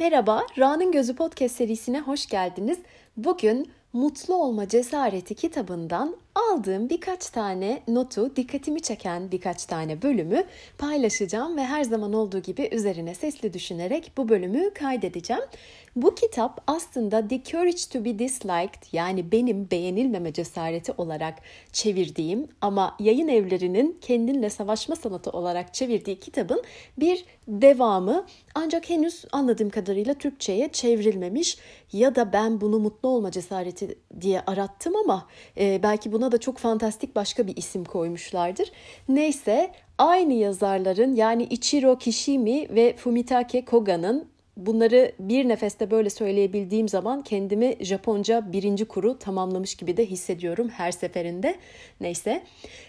Merhaba, Ra'nın Gözü Podcast serisine hoş geldiniz. Bugün Mutlu Olma Cesareti kitabından aldığım birkaç tane notu, dikkatimi çeken birkaç tane bölümü paylaşacağım ve her zaman olduğu gibi üzerine sesli düşünerek bu bölümü kaydedeceğim. Bu kitap aslında The Courage to be Disliked, yani benim beğenilmeme cesareti olarak çevirdiğim ama yayın evlerinin kendinle savaşma sanatı olarak çevirdiği kitabın bir devamı, ancak henüz anladığım kadarıyla Türkçe'ye çevrilmemiş ya da ben bunu mutlu olma cesareti diye arattım ama belki buna da çok fantastik başka bir isim koymuşlardır. Neyse, aynı yazarların, yani Ichiro Kishimi ve Fumitake Koga'nın, bunları bir nefeste böyle söyleyebildiğim zaman kendimi Japonca birinci kuru tamamlamış gibi de hissediyorum her seferinde. Neyse,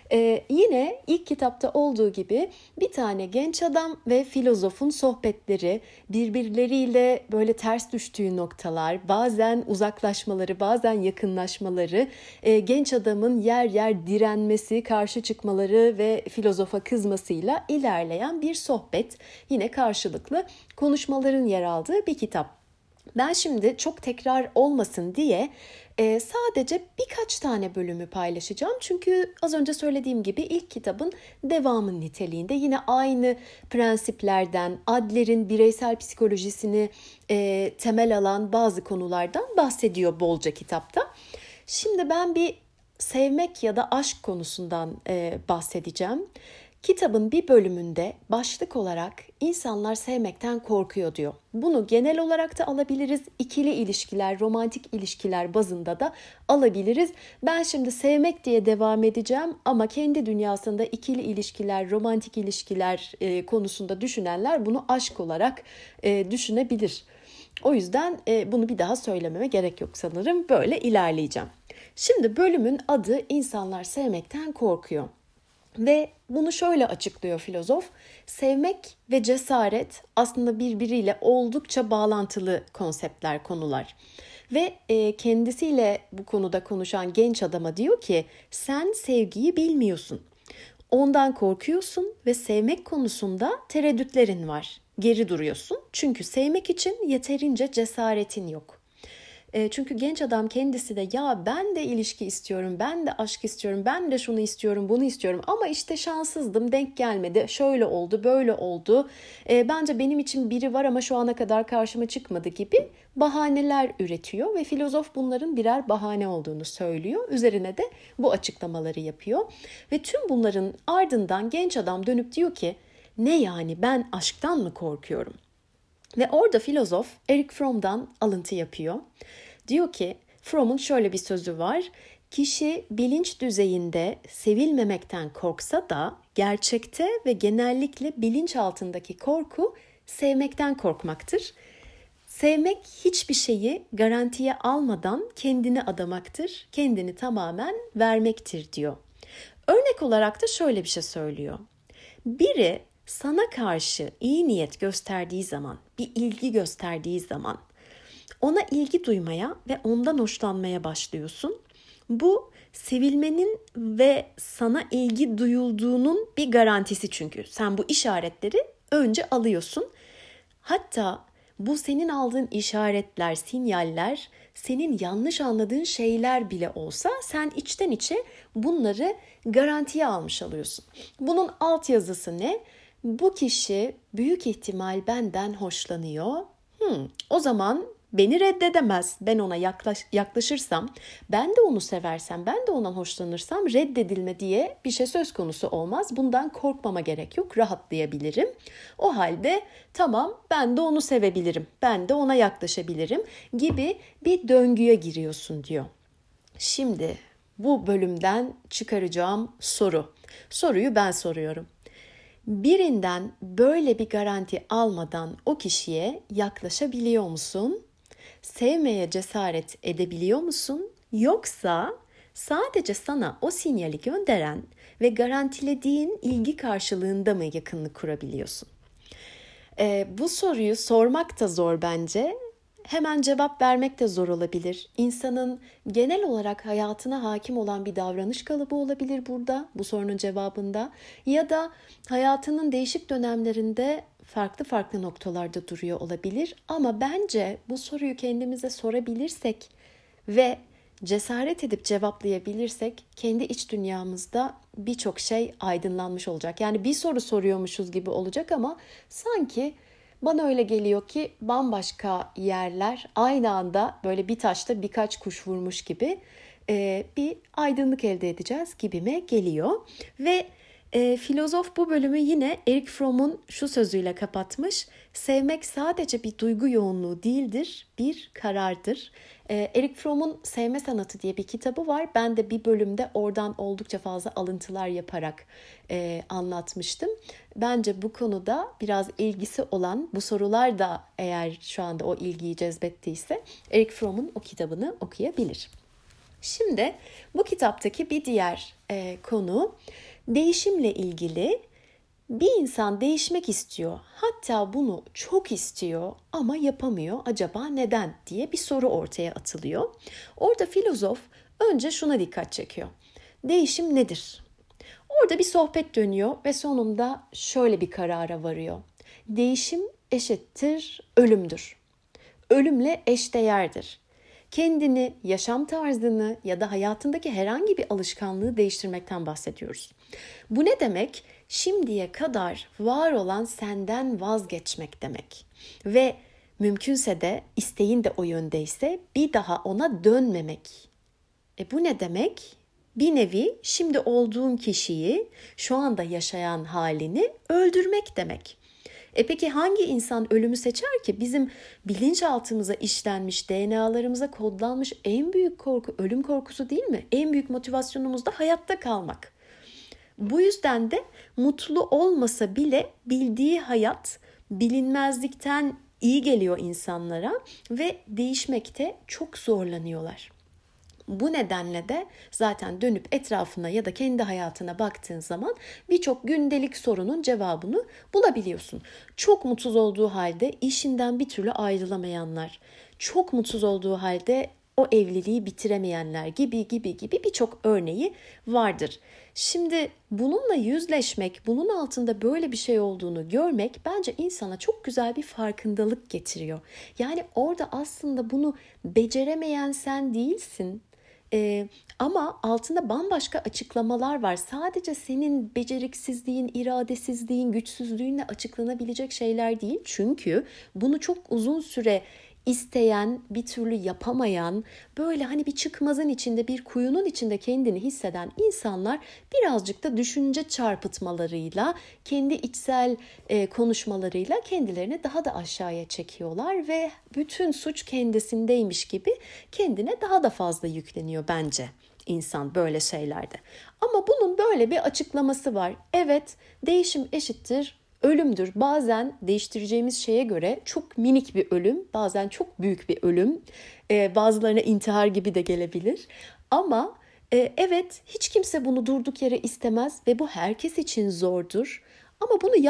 yine ilk kitapta olduğu gibi bir tane genç adam ve filozofun sohbetleri, birbirleriyle böyle ters düştüğü noktalar, bazen uzaklaşmaları, bazen yakınlaşmaları, genç adamın yer yer direnmesi, karşı çıkmaları ve filozofa kızmasıyla ilerleyen bir sohbet. Yine karşılıklı konuşmaların yer aldığı bir kitap. Ben şimdi çok tekrar olmasın diye sadece birkaç tane bölümü paylaşacağım. Çünkü az önce söylediğim gibi ilk kitabın devamı niteliğinde, yine aynı prensiplerden, Adler'in bireysel psikolojisini temel alan bazı konulardan bahsediyor bolca kitapta. Şimdi ben bir sevmek ya da aşk konusundan bahsedeceğim. Kitabın bir bölümünde başlık olarak insanlar sevmekten korkuyor diyor. Bunu genel olarak da alabiliriz. İkili ilişkiler, romantik ilişkiler bazında da alabiliriz. Ben şimdi sevmek diye devam edeceğim ama kendi dünyasında ikili ilişkiler, romantik ilişkiler konusunda düşünenler bunu aşk olarak düşünebilir. O yüzden bunu bir daha söylememe gerek yok sanırım. Böyle ilerleyeceğim. Şimdi bölümün adı "İnsanlar sevmekten korkuyor." Ve bunu şöyle açıklıyor filozof: sevmek ve cesaret aslında birbiriyle oldukça bağlantılı konseptler, konular. Ve kendisiyle bu konuda konuşan genç adama diyor ki, sen sevgiyi bilmiyorsun. Ondan korkuyorsun ve sevmek konusunda tereddütlerin var. Geri duruyorsun çünkü sevmek için yeterince cesaretin yok. Çünkü genç adam kendisi de ya ben de ilişki istiyorum, ben de aşk istiyorum, ben de şunu istiyorum, bunu istiyorum ama işte şanssızdım, denk gelmedi, şöyle oldu, böyle oldu. Bence benim için biri var ama şu ana kadar karşıma çıkmadı gibi bahaneler üretiyor ve filozof bunların birer bahane olduğunu söylüyor. Üzerine de bu açıklamaları yapıyor ve tüm bunların ardından genç adam dönüp diyor ki, ne yani, ben aşktan mı korkuyorum? Ve orada filozof Erich Fromm'dan alıntı yapıyor. Diyor ki, Fromm'un şöyle bir sözü var: kişi bilinç düzeyinde sevilmemekten korksa da gerçekte ve genellikle bilinç altındaki korku sevmekten korkmaktır. Sevmek hiçbir şeyi garantiye almadan kendini adamaktır, kendini tamamen vermektir diyor. Örnek olarak da şöyle bir şey söylüyor. Biri sana karşı iyi niyet gösterdiği zaman, bir ilgi gösterdiği zaman ona ilgi duymaya ve ondan hoşlanmaya başlıyorsun. Bu sevilmenin ve sana ilgi duyulduğunun bir garantisi çünkü. Sen bu işaretleri önce alıyorsun. Hatta bu senin aldığın işaretler, sinyaller, senin yanlış anladığın şeyler bile olsa sen içten içe bunları garantiye almış oluyorsun. Bunun altyazısı ne? Bu kişi büyük ihtimal benden hoşlanıyor. O zaman beni reddedemez. Ben ona yaklaşırsam, ben de onu seversem, ben de ondan hoşlanırsam reddedilme diye bir şey söz konusu olmaz. Bundan korkmama gerek yok, rahatlayabilirim. O halde tamam, ben de onu sevebilirim, ben de ona yaklaşabilirim gibi bir döngüye giriyorsun diyor. Şimdi bu bölümden çıkaracağım soruyu ben soruyorum. Birinden böyle bir garanti almadan o kişiye yaklaşabiliyor musun? Sevmeye cesaret edebiliyor musun? Yoksa sadece sana o sinyali gönderen ve garantilediğin ilgi karşılığında mı yakınlık kurabiliyorsun? Bu soruyu sormak da zor bence. Hemen cevap vermek de zor olabilir. İnsanın genel olarak hayatına hakim olan bir davranış kalıbı olabilir burada, bu sorunun cevabında. Ya da hayatının değişik dönemlerinde farklı farklı noktalarda duruyor olabilir. Ama bence bu soruyu kendimize sorabilirsek ve cesaret edip cevaplayabilirsek kendi iç dünyamızda birçok şey aydınlanmış olacak. Yani bir soru soruyormuşuz gibi olacak ama sanki bana öyle geliyor ki bambaşka yerler aynı anda böyle bir taşta birkaç kuş vurmuş gibi bir aydınlık elde edeceğiz gibime geliyor. Ve filozof bu bölümü yine Erich Fromm'un şu sözüyle kapatmış. Sevmek sadece bir duygu yoğunluğu değildir, bir karardır. Erich Fromm'un Sevme Sanatı diye bir kitabı var. Ben de bir bölümde oradan oldukça fazla alıntılar yaparak anlatmıştım. Bence bu konuda biraz ilgisi olan, bu sorular da eğer şu anda o ilgiyi cezbettiyse Erich Fromm'un o kitabını okuyabilir. Şimdi bu kitaptaki bir diğer konu değişimle ilgili. Bir insan değişmek istiyor, hatta bunu çok istiyor ama yapamıyor. Acaba neden diye bir soru ortaya atılıyor. Orada filozof önce şuna dikkat çekiyor. Değişim nedir? Orada bir sohbet dönüyor ve sonunda şöyle bir karara varıyor. Değişim eşittir ölümdür. Ölümle eşdeğerdir. Kendini, yaşam tarzını ya da hayatındaki herhangi bir alışkanlığı değiştirmekten bahsediyoruz. Bu ne demek? Şimdiye kadar var olan senden vazgeçmek demek. Ve mümkünse de isteğin de o yöndeyse bir daha ona dönmemek. Bu ne demek? Bir nevi şimdi olduğun kişiyi, şu anda yaşayan halini öldürmek demek. Peki hangi insan ölümü seçer ki? Bizim bilinçaltımıza işlenmiş, DNA'larımıza kodlanmış en büyük korku ölüm korkusu değil mi? En büyük motivasyonumuz da hayatta kalmak. Bu yüzden de mutlu olmasa bile bildiği hayat bilinmezlikten iyi geliyor insanlara ve değişmekte çok zorlanıyorlar. Bu nedenle de zaten dönüp etrafına ya da kendi hayatına baktığın zaman birçok gündelik sorunun cevabını bulabiliyorsun. Çok mutsuz olduğu halde işinden bir türlü ayrılamayanlar, çok mutsuz olduğu halde o evliliği bitiremeyenler gibi birçok örneği vardır. Şimdi bununla yüzleşmek, bunun altında böyle bir şey olduğunu görmek bence insana çok güzel bir farkındalık getiriyor. Yani orada aslında bunu beceremeyen sen değilsin. Ama altında bambaşka açıklamalar var. Sadece senin beceriksizliğin, iradesizliğin, güçsüzlüğünle açıklanabilecek şeyler değil. Çünkü bunu çok uzun süre isteyen, bir türlü yapamayan, böyle hani bir çıkmazın içinde, bir kuyunun içinde kendini hisseden insanlar birazcık da düşünce çarpıtmalarıyla, kendi içsel konuşmalarıyla kendilerini daha da aşağıya çekiyorlar ve bütün suç kendisindeymiş gibi kendine daha da fazla yükleniyor bence insan böyle şeylerde. Ama bunun böyle bir açıklaması var. Evet, değişim eşittir ölümdür. Bazen değiştireceğimiz şeye göre çok minik bir ölüm, bazen çok büyük bir ölüm. Bazılarına intihar gibi de gelebilir. Ama evet, hiç kimse bunu durduk yere istemez ve bu herkes için zordur. Ama bunu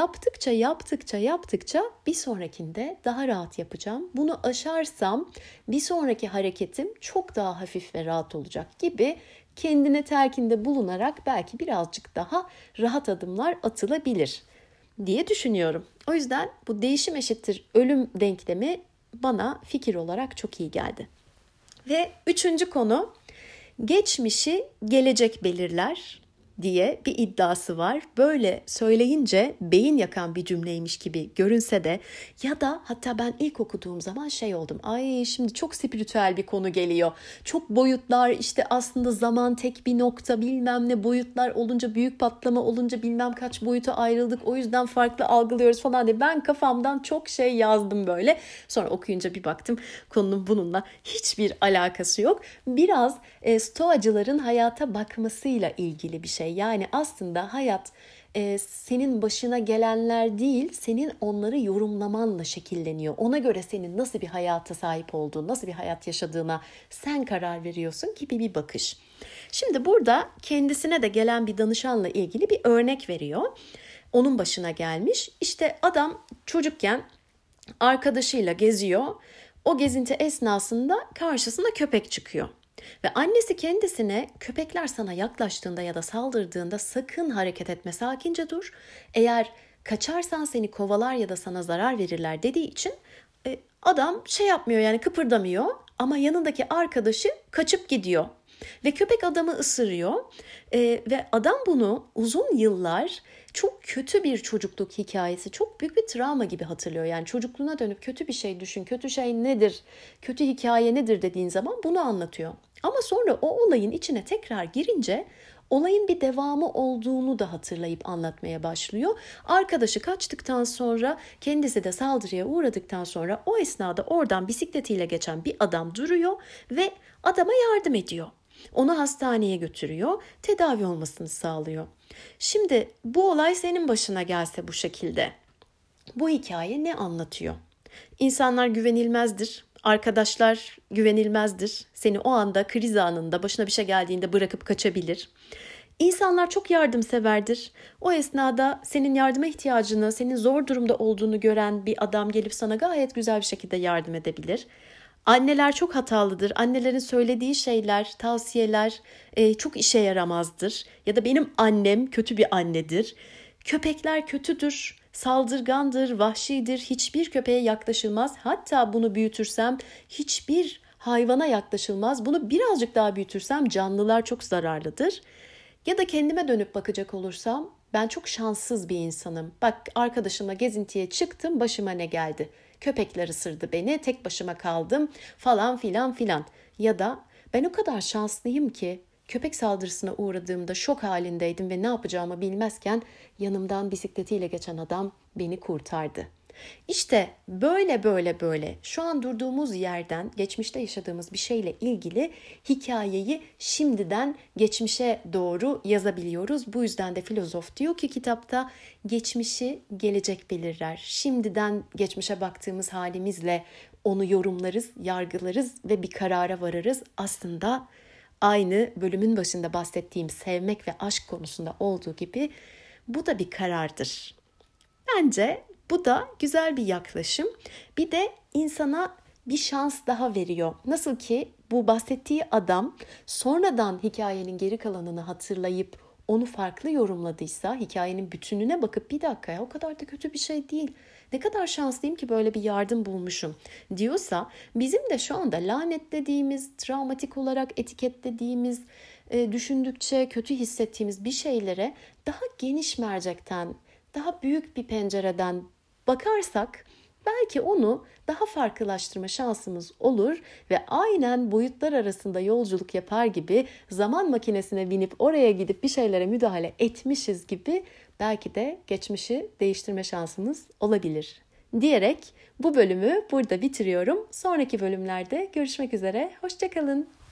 yaptıkça bir sonrakinde daha rahat yapacağım. Bunu aşarsam bir sonraki hareketim çok daha hafif ve rahat olacak gibi kendine telkinde bulunarak belki birazcık daha rahat adımlar atılabilir diye düşünüyorum. O yüzden bu değişim eşittir ölüm denklemi bana fikir olarak çok iyi geldi. Ve üçüncü konu, geçmişi gelecek belirler diye bir iddiası var. Böyle söyleyince beyin yakan bir cümleymiş gibi görünse de ya da hatta ben ilk okuduğum zaman şey oldum. Ay şimdi çok spiritüel bir konu geliyor. Çok boyutlar, işte aslında zaman tek bir nokta, bilmem ne boyutlar olunca, büyük patlama olunca bilmem kaç boyuta ayrıldık. O yüzden farklı algılıyoruz falan diye ben kafamdan çok şey yazdım böyle. Sonra okuyunca bir baktım konunun bununla hiçbir alakası yok. Biraz Stoacıların hayata bakmasıyla ilgili bir şey. Yani aslında hayat senin başına gelenler değil, senin onları yorumlamanla şekilleniyor. Ona göre senin nasıl bir hayata sahip olduğun, nasıl bir hayat yaşadığına sen karar veriyorsun gibi bir bakış. Şimdi burada kendisine de gelen bir danışanla ilgili bir örnek veriyor. Onun başına gelmiş. İşte adam çocukken arkadaşıyla geziyor. O gezinti esnasında karşısına köpek çıkıyor. Ve annesi kendisine köpekler sana yaklaştığında ya da saldırdığında sakın hareket etme, sakince dur. Eğer kaçarsan seni kovalar ya da sana zarar verirler dediği için adam şey yapmıyor, yani kıpırdamıyor, ama yanındaki arkadaşı kaçıp gidiyor. Ve köpek adamı ısırıyor ve adam bunu uzun yıllar çok kötü bir çocukluk hikayesi, çok büyük bir travma gibi hatırlıyor. Yani çocukluğuna dönüp kötü bir şey düşün, kötü şey nedir, kötü hikaye nedir dediğin zaman bunu anlatıyor. Ama sonra o olayın içine tekrar girince olayın bir devamı olduğunu da hatırlayıp anlatmaya başlıyor. Arkadaşı kaçtıktan sonra, kendisi de saldırıya uğradıktan sonra o esnada oradan bisikletiyle geçen bir adam duruyor ve adama yardım ediyor. Onu hastaneye götürüyor, tedavi olmasını sağlıyor. Şimdi bu olay senin başına gelse bu şekilde, bu hikaye ne anlatıyor? İnsanlar güvenilmezdir, arkadaşlar güvenilmezdir. Seni o anda, kriz anında, başına bir şey geldiğinde bırakıp kaçabilir. İnsanlar çok yardımseverdir. O esnada senin yardıma ihtiyacını, senin zor durumda olduğunu gören bir adam gelip sana gayet güzel bir şekilde yardım edebilir. Anneler çok hatalıdır. Annelerin söylediği şeyler, tavsiyeler çok işe yaramazdır. Ya da benim annem kötü bir annedir. Köpekler kötüdür, saldırgandır, vahşidir. Hiçbir köpeğe yaklaşılmaz. Hatta bunu büyütürsem hiçbir hayvana yaklaşılmaz. Bunu birazcık daha büyütürsem canlılar çok zararlıdır. Ya da kendime dönüp bakacak olursam ben çok şanssız bir insanım. Bak, arkadaşımla gezintiye çıktım, başıma ne geldi? Köpekler ısırdı beni, tek başıma kaldım falan filan filan. Ya da ben o kadar şanslıyım ki köpek saldırısına uğradığımda şok halindeydim ve ne yapacağımı bilmezken yanımdan bisikletiyle geçen adam beni kurtardı. İşte böyle şu an durduğumuz yerden geçmişte yaşadığımız bir şeyle ilgili hikayeyi şimdiden geçmişe doğru yazabiliyoruz. Bu yüzden de filozof diyor ki kitapta, geçmişi gelecek belirler. Şimdiden geçmişe baktığımız halimizle onu yorumlarız, yargılarız ve bir karara varırız. Aslında aynı bölümün başında bahsettiğim sevmek ve aşk konusunda olduğu gibi bu da bir karardır. Bence bu da güzel bir yaklaşım. Bir de insana bir şans daha veriyor. Nasıl ki bu bahsettiği adam sonradan hikayenin geri kalanını hatırlayıp onu farklı yorumladıysa, hikayenin bütününe bakıp bir dakika ya, o kadar da kötü bir şey değil, ne kadar şanslıyım ki böyle bir yardım bulmuşum diyorsa, bizim de şu anda lanetlediğimiz, travmatik olarak etiketlediğimiz, düşündükçe kötü hissettiğimiz bir şeylere daha geniş mercekten, daha büyük bir pencereden bakarsak belki onu daha farklılaştırma şansımız olur ve aynen boyutlar arasında yolculuk yapar gibi, zaman makinesine binip oraya gidip bir şeylere müdahale etmişiz gibi belki de geçmişi değiştirme şansımız olabilir diyerek bu bölümü burada bitiriyorum. Sonraki bölümlerde görüşmek üzere. Hoşça kalın.